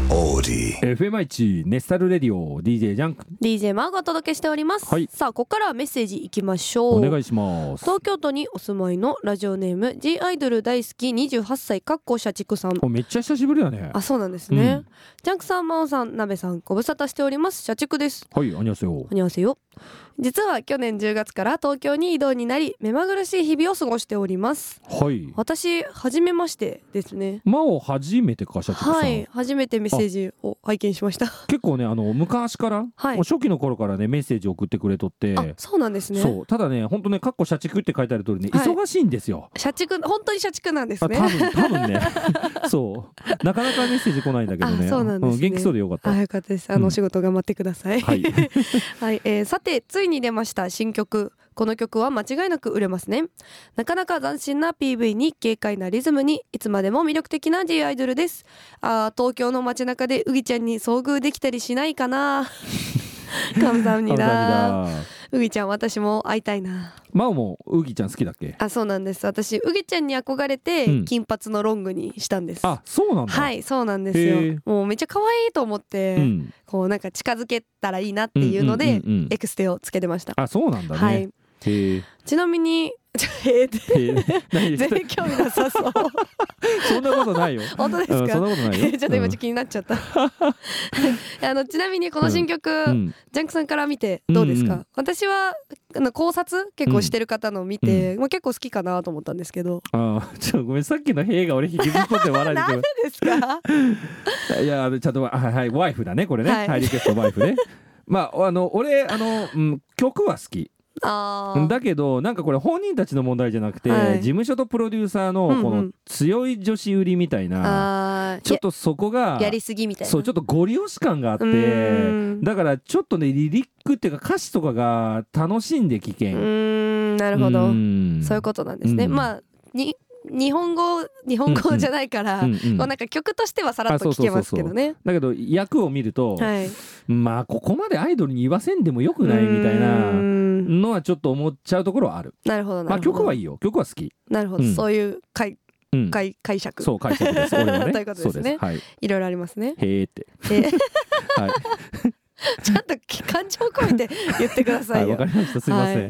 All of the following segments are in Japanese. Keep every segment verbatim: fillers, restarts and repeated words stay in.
オーディ エフエムアイチ ネスタルレディオ ディージェー ジャンクディージェー マーがお届けしております、 はい、 さあここからはメッセージいきましょう。 お願いします。 東京都にお住まいのラジオネーム G アイドル大好きにじゅうはっさいかっこ社畜さん。 めっちゃ久しぶりだね。 あ、そうなんですね、うん、ジャンクさん、マオさん、ナベさん、ご無沙汰しております。社畜です。 はい、あにゃせよ。 あにゃせよ。実は去年じゅうがつから東京に移動になり、目まぐるしい日々を過ごしております。 はい。 私初めましてですね。 マオ初めてか、社畜さん。 はい、初めてメッセージを拝見しました。 結構ね、あの昔から、はい、もう初期の頃からねメッセージ送ってくれとって。 あ、そうなんですね。 そう、ただね、本当ね、かっこ社畜って書いてある通りね、はい、忙しいんですよ。 社畜、本当に社畜なんですね。 多分多分ねそうなかなかメッセージ来ないんだけどね。 そうなんですね、 うん、元気そうでよかった。 あ、よかったです。あの、うん、お仕事頑張ってください。 はい、 はい、えー、さてついに出ました新曲。この曲は間違いなく売れますね。なかなか斬新な ピーブイ に軽快なリズムにいつまでも魅力的な G アイドルです。あ、東京の街中でうぎちゃんに遭遇できたりしないかな。감사합니다。うぎちゃん、私も会いたいな。 マオもうぎちゃん好きだっけ？ あ、そうなんです。私うぎちゃんに憧れて、うん、金髪のロングにしたんです。 あ、そうなんだ。 はい、そうなんですよ。もうめっちゃ可愛いと思って、うん、こうなんか近づけたらいいなっていうので、うんうんうんうん、エクステをつけてました。 あ、そうなんだね。 はい、へちなみにへ全然興味なさそう。 そんなことないよ。 本当ですか？うん、 そんなことないよ。 ちょっと今気になっちゃった。あのちなみにこの新曲、うん、ジャンクさんから見てどうですか？うんうん、私はあの考察結構してる方のを見て、うん、まあ、結構好きかなと思ったんですけど。 ああ、ちょっとごめん、さっきの兵が俺引きずっとって笑いなんでですか？ いや、ちゃんと、はいはい、ワイフだねこれね、はい、はい、リクエストワイフね。まああの俺あの、うん、曲は好き。 あだけどなんかこれ本人たちの問題じゃなくて、はい、事務所とプロデューサーのこの強い女子売りみたいな、うんうん、ちょっとそこが や, やりすぎみたいな、 そうちょっとゴリ押し感があって、だからちょっとねリリックっていうか歌詞とかが楽しんで聞けん。 うーん、なるほど、そういうことなんですね。まあに日本語日本語じゃないから、うんうん、こうなんか曲としてはさらっと聴けますけどね。 だけど役を見ると、はい、まあここまでアイドルに言わせんでもよくないみたいなのはちょっと思っちゃうところはある。 なるほどなるほど。まあ曲はいいよ、曲は好き。 なるほど、うん、そういう解、うん、解, 解釈そう解釈です。俺はね。 ということですね。はい、いろいろありますね。 へーって。 へーはい。ちゃんと感情を込めて言ってくださいよ。 わ、はい、かりました。すいません。はい、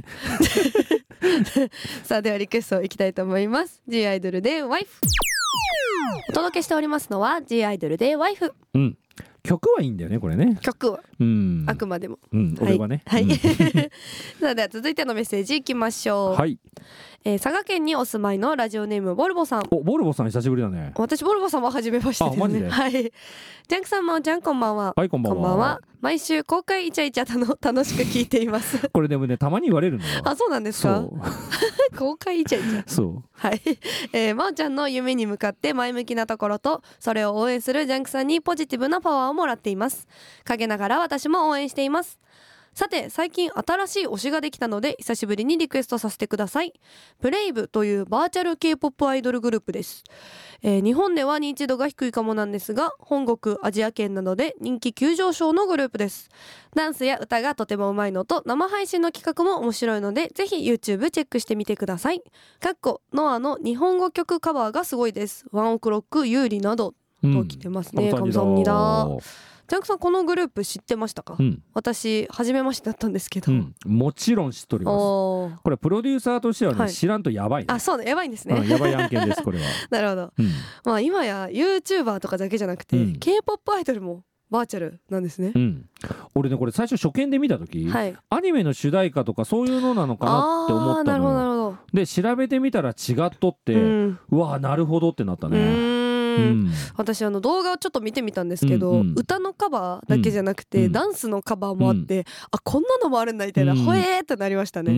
さあではリクエストいきたいと思います。 G アイドルでワイフ。お届けしておりますのは G アイドルでワイフ。 うん。曲はいいんだよねこれね。 曲は、うん、あくまでも、 うん、俺はね。 はい。はい、さあでは続いてのメッセージいきましょう。 はい。 えー、佐賀県にお住まいのラジオネームボルボさん。 お、ボルボさん久しぶりだね。 私ボルボさんは初めましてですね。 あ、マジで。 はい。ジャンクさんもジャンこんばんは。 はい、こんばんは。 こんばんは。毎週公開イチャイチャたの楽しく聞いています。 これでもねたまに言われるのよ。 あ、そうなんですか。公開イチャイチャ。 そう。 はい。えー、まおちゃんの夢に向かって前向きなところと、それを応援するジャンクさんにポジティブなパワーをもらっています。陰ながら私も応援しています。さて最近新しい推しができたので久しぶりにリクエストさせてください。ブレイブというバーチャル K-ポップ アイドルグループです。えー、日本では認知度が低いかもなんですが、本国アジア圏などで人気急上昇のグループです。ダンスや歌がとてもうまいのと生配信の企画も面白いのでぜひ YouTube チェックしてみてください。かっこノアの日本語曲カバーがすごいです。ワンオクロック有利などと来てますね。감사합니다。ジャンクさんこのグループ知ってましたか？うん、私初めましてだったんですけど、うん、 もちろん知っております。これプロデューサーとしてはね、はい、知らんとやばい、ね、 あ、そうね、やばいんですね、 うん、やばい案件ですこれは。 なるほど、うん、まあ今や YouTuber とかだけじゃなくて、うん、K-ポップ アイドルもバーチャルなんですね。うん、俺ねこれ最初初見で見た時、はい、アニメの主題歌とかそういうのなのかなって思ったのよ。なるほどなるほど。で調べてみたら違っとって、うん、うわなるほどってなったね。うんうん、私あの動画をちょっと見てみたんですけど、うんうん、歌のカバーだけじゃなくて、うん、ダンスのカバーもあって、うん、あこんなのもあるんだみたいな、うん、ほえーってなりましたね、うん、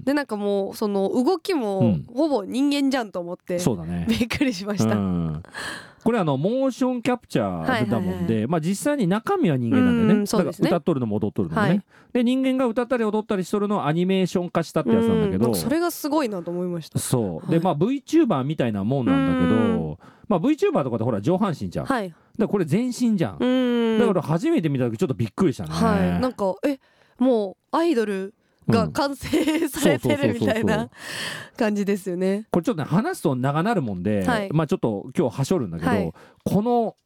でなんかもうその動きもほぼ人間じゃんと思って、うん、そうだね、びっくりしました、うん、 これあのモーションキャプチャーだもんで、はいはいはい、まあ、実際に中身は人間なんでね、うん、そうですね、だから歌っとるのも踊っとるのもね、はい、で人間が歌ったり踊ったりしとるのをアニメーション化したってやつなんだけど、うん、 それがすごいなと思いました。 そう、はい、でまあ VTuber みたいなもんなんだけど、まあ、VTuber とかってほら上半身じゃん、はい、だからこれ全身じゃん、うんだから初めて見た時ちょっとびっくりしたね、はい、 なんかえもうアイドルが完成されてるみたいな感じですよね。 これちょっとね話すと長なるもんで、はい、まあちょっと今日はしょるんだけど、はい、この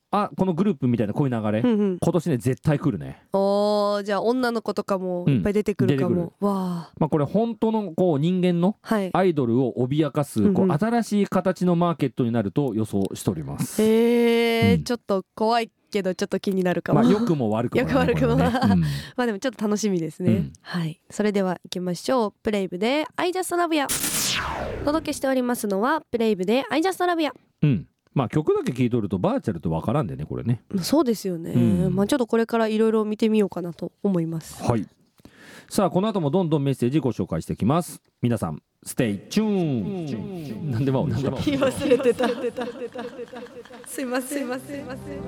あこのグループみたいなこういう流れ、 うんうん、 今年ね絶対来るね。 おー、じゃあ女の子とかもいっぱい出てくるかも、うん、わまあこれ本当のこう人間のアイドルを脅かす、はい、こう新しい形のマーケットになると予想しております。 へえ、うん、ちょっと怖いけどちょっと気になるかも。 まあ良くも悪くも、ね、 良く悪くも、ねうん、 まあでもちょっと楽しみですね、うん、はい。それでは行きましょう。プレイブで I Just Love Ya。 お届けしておりますのはプレイブで I Just Love Ya。 うん、まあ曲だけ聴いとるとバーチャルとわからんでねこれね。 そうですよね、うん、まあちょっとこれからいろいろ見てみようかなと思います。 はい。さあこの後もどんどんメッセージご紹介していきます。皆さんステイチューン。なんでもなんでも言い忘れてたすいませんすいません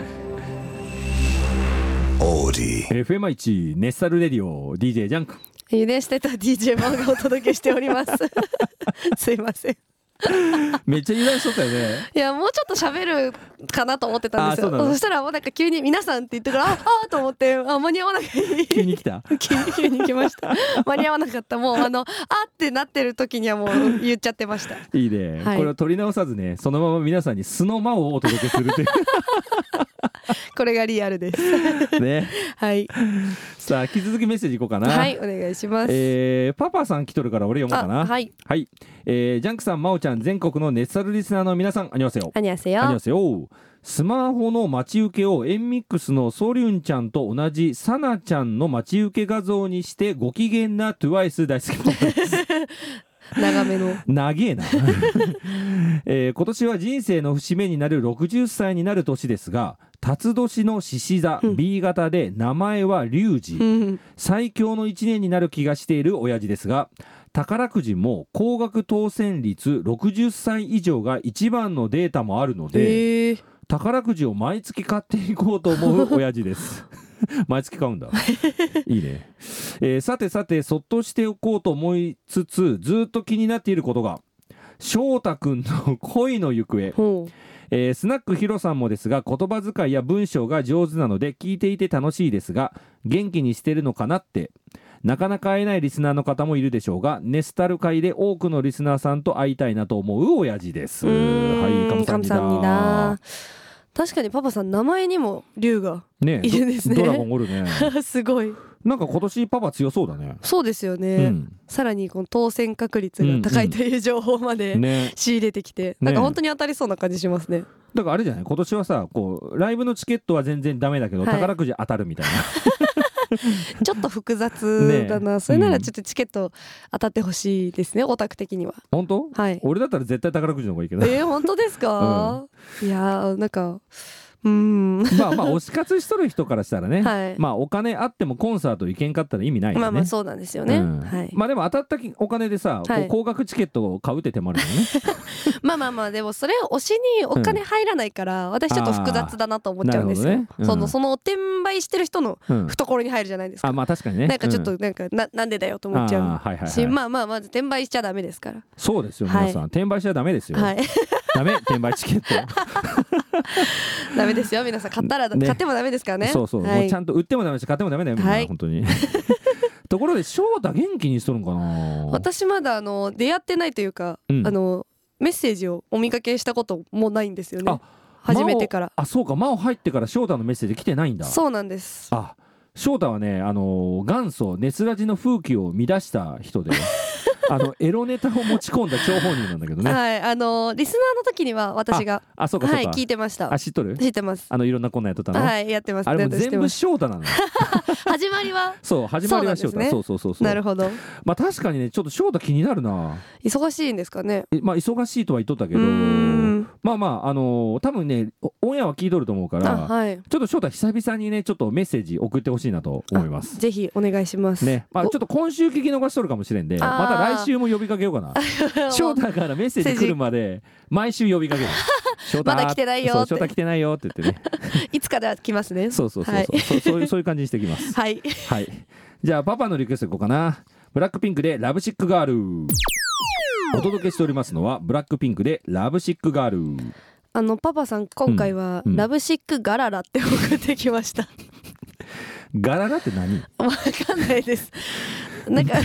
エフエムワン ネッサルレディオ ディージェー ジャンクいいねしてた ディージェー マンがお届けしておりますすいませんめっちゃ油断しとったよね。 いやもうちょっと喋るかなと思ってたんですよ。 そ, そしたらもうなんか急に皆さんって言ってからああと思ってあ間に合わなかった急に来た急に急に来ました間に合わなかった。もうあのあってなってる時にはもう言っちゃってました。 いいね、はい、これを取り直さずねそのまま皆さんに素の間をお届けするというこれがリアルですね。 はい。 さあ引き続きメッセージいこうかな。 はいお願いします。 えー、パパさん来とるから俺読もうかな。 はい、 はい。えー、ジャンクさん、まおちゃん、全国のネッサルリスナーの皆さん、あにわせよ。 あにわせよ。 あにわせよ。スマホの待ち受けをエンミックスのソリュンちゃんと同じサナちゃんの待ち受け画像にしてご機嫌なトゥワイス大好きパパです長めの長えな、えー、今年は人生の節目になるろくじゅっさいになる年ですが辰年の獅子座、うん、B 型で名前は龍二、うん、最強のいちねんになる気がしている親父ですが宝くじも高額当選率ろくじゅっさい以上が一番のデータもあるので宝くじを毎月買っていこうと思う親父です毎月買うんだいいね、えー、さてさてそっとしておこうと思いつつずっと気になっていることが翔太くんの恋の行方、えー、スナックヒロさんもですが言葉遣いや文章が上手なので聞いていて楽しいですが元気にしてるのかなってなかなか会えないリスナーの方もいるでしょうがネスタル会で多くのリスナーさんと会いたいなと思う親父です。はいカムサンニダ。 確かにパパさん名前にも龍がいるんですね。 ドラゴンおるねすごい。 なんか今年パパ強そうだね。 そうですよね、うん、さらにこの当選確率が高いという情報まで、うんうんね、仕入れてきてなんか本当に当たりそうな感じしますね。 だからあれじゃない今年はさこうライブのチケットは全然ダメだけど、はい、宝くじ当たるみたいなちょっと複雑だな、ね、それならちょっとチケット当たってほしいですね、うん、オタク的には。 本当？はい。俺だったら絶対宝くじの方がいいけど。 えー、本当ですか、うん、いやーなんかうんまあまあ推し活しとる人からしたらね、はい、まあお金あってもコンサート行けんかったら意味ないよね。 まあまあそうなんですよね、うんはい、 まあでも当たったお金でさ、はい、こう高額チケットを買うって手もあるよねまあまあまあでもそれ推しにお金入らないから、うん、私ちょっと複雑だなと思っちゃうんですよ、ねうん、そのその転売してる人の懐に入るじゃないですか、うん、 あまあ確かにねなんかちょっとなんか な, なんでだよと思っちゃう、はいはいはい、しまあまあまず転売しちゃダメですから。 そうですよ皆さん、はい、転売しちゃダメですよ、はい、ダメ転売チケットダメですよ皆さん買ったら、ね、買ってもダメですからね。 そうそう、はい、もうちゃんと売ってもダメだし買ってもダメだよみんな、はい、本当にところで翔太元気にしとるんかな。 私まだあの出会ってないというか、うん、あのメッセージをお見かけしたこともないんですよね。あ初めてから。 あそうか真央入ってから翔太のメッセージ来てないんだ。 そうなんです。 あ翔太はねあの元祖ネスラジの風紀を乱した人であのエロネタを持ち込んだ張本人なんだけどね。 はいあのリスナーの時には私がああそうかそうか、 はい、聞いてました。 あ知っとる？ 知ってます。 あのいろんなこんなやっとったの。 はいやってます。 あれも全部翔太なの始まりはそう始まりは翔太。そう、ね、そうそうそうそう。 なるほど。 まあ確かにねちょっと翔太気になるな。 忙しいんですかね。 まあ忙しいとは言っとったけどまあまああのー、多分ねオンエアは聞いとると思うから、はい、ちょっと翔太久々にねちょっとメッセージ送ってほしいなと思います。 ぜひお願いしますね。まあちょっと今週聞き逃しとるかもしれんでまた来週も呼びかけようかな翔太からメッセージ来るまで毎週呼びかけるまだ来てないよって翔太来てないよって言ってねいつかでは来ますね。 そうそうそうそう、はい、そうそういうそういう感じにしてきますはい、 はい、じゃあパパのリクエストいこうかな。ブラックピンクでラブシックガール。お届けしておりますのはブラックピンクでラブシックガール。 あのパパさん今回は、うんうん、ラブシックガララって送ってきましたガララって何？ わかんないですなんか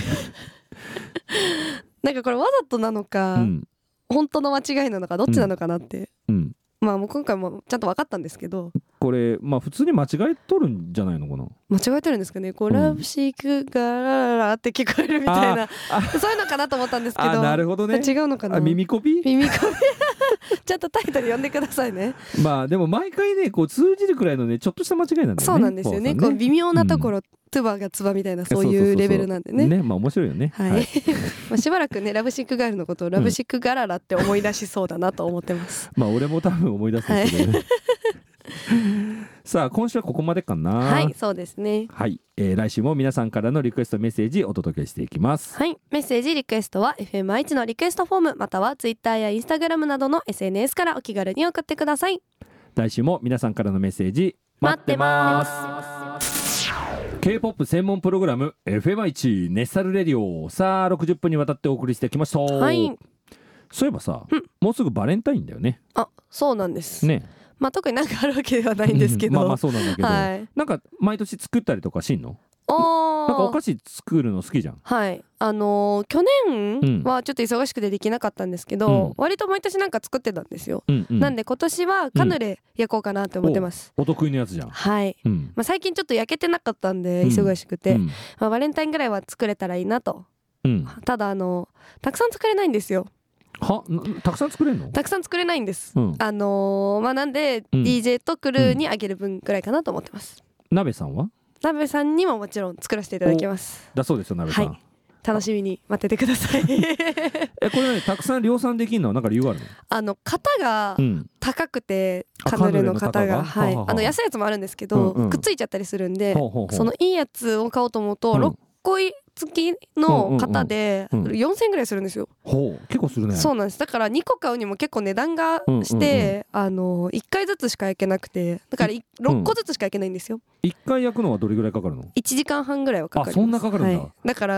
なんかこれわざとなのか、うん、本当の間違いなのかどっちなのかなって、うん、まあもう今回もちゃんと分かったんですけどこれまあ普通に間違えとるんじゃないのかな。 間違えてるんですかね。こう、 うんラブシークガラララって聞こえるみたいな、そういうのかなと思ったんですけど。 あなるほどね。 違うのかな。 あ耳コピ耳コピちゃんとタイトル読んでくださいね。 まあでも毎回ねこう通じるくらいのねちょっとした間違いなんだよね。 そうなんですよね。こう微妙なところ、うん、トゥバがツバみたいなそういうレベルなんでね。 そうそうそうそうね、まあ面白いよね。 はい。はい、まあしばらくねラブシックガールのことをラブシックガララって思い出しそうだなと思ってます。 うん、まあ俺も多分思い出すんですけどね。はいさあ今週はここまでかな。 はいそうですね。 はい、えー、来週も皆さんからのリクエストメッセージお届けしていきます。 はいメッセージリクエストは エフエムアイチ のリクエストフォームまたは Twitter や Instagram などの エスエヌエス からお気軽に送ってください。 来週も皆さんからのメッセージ待ってます。 K-ポップ 専門プログラム エフエムアイチ ネッサルレディオさあろくじゅっぷんにわたってお送りしてきました。 はいそういえばさ、うん、もうすぐバレンタインだよね。 あそうなんですね。 まあ特になんかあるわけではないんですけど、 うん、まあまあそうなんだけど、 はい、 なんか毎年作ったりとかしんの？ あなんかお菓子作るの好きじゃん。 はいあのー、去年はちょっと忙しくてできなかったんですけど、うん、割と毎年なんか作ってたんですよ、うんうん、なんで今年はカヌレ焼こうかなって思ってます、 うん、お, お得意のやつじゃん。 はい、うんまあ、最近ちょっと焼けてなかったんで忙しくて、うんまあ、バレンタインぐらいは作れたらいいなと、うん、ただあのたくさん作れないんですよ。 はたくさん作れるの？ たくさん作れないんです、うん、あのー、まあなんで、うん、ディージェー とクルーにあげる分くらいかなと思ってます。 なべさんは？ なべさんにももちろん作らせていただきます。 だそうですよなべさん、はい、 楽しみに待っててくださいえこれねたくさん量産できるのは何か理由があるの？ あの型が高くて、うん、カヌレの型がはい、あの安いやつもあるんですけど、うんうん、くっついちゃったりするんで、ほうほうほうそのいいやつを買おうと思うと、うん、ろっこ付きの型でよんせんえんぐらいするんですよ、 うんうんうん、ほう結構するね。 そうなんです。だからにこ買うにも結構値段がして、うんうんうん、あのいっかいずつしか焼けなくてだからろっこずつしか焼けないんですよ、 うん、いっかい焼くのはどれぐらいかかるの？いちじかんはんぐらいはかかります。 あそんなかかるんだ、 はい、だから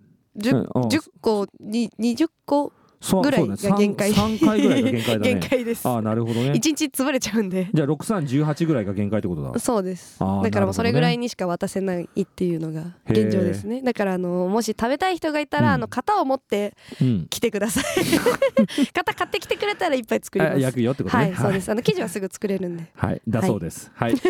10, 10個ににじゅっこぐらいが限界。 さんかいぐらいが限界だね。 限界です。 あなるほどね。 いちにち潰れちゃうんで。 じゃあろくさんじゅうはちぐらいが限界ってことだ。 そうです。だからもうそれぐらいにしか渡せないっていうのが現状ですね。だからあのもし食べたい人がいたら、うん、あの型を持って来てください、うん、型買ってきてくれたらいっぱい作ります。 焼くよってことね。 はいそうです。あの生地はすぐ作れるんで。 はいだそうです。はい、はい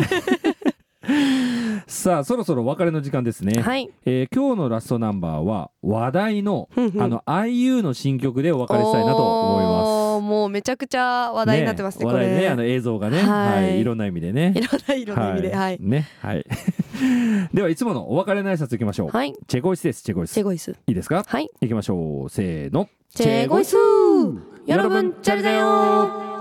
さあそろそろお別れの時間ですね、はいえー、今日のラストナンバーは話題のあの アイユー の新曲でお別れしたいなと思います。 もうめちゃくちゃ話題になってますね、ねこれ話題ねあの映像がね、はいはい、いろんな意味でねいろんないろんな意味で、はい、はいねはい、ではいつものお別れの挨拶いきましょう、はい、チェゴイスです。チェゴイスチェゴイスいいですか？ はいいきましょうせーのチェゴイス여러분チャルだよ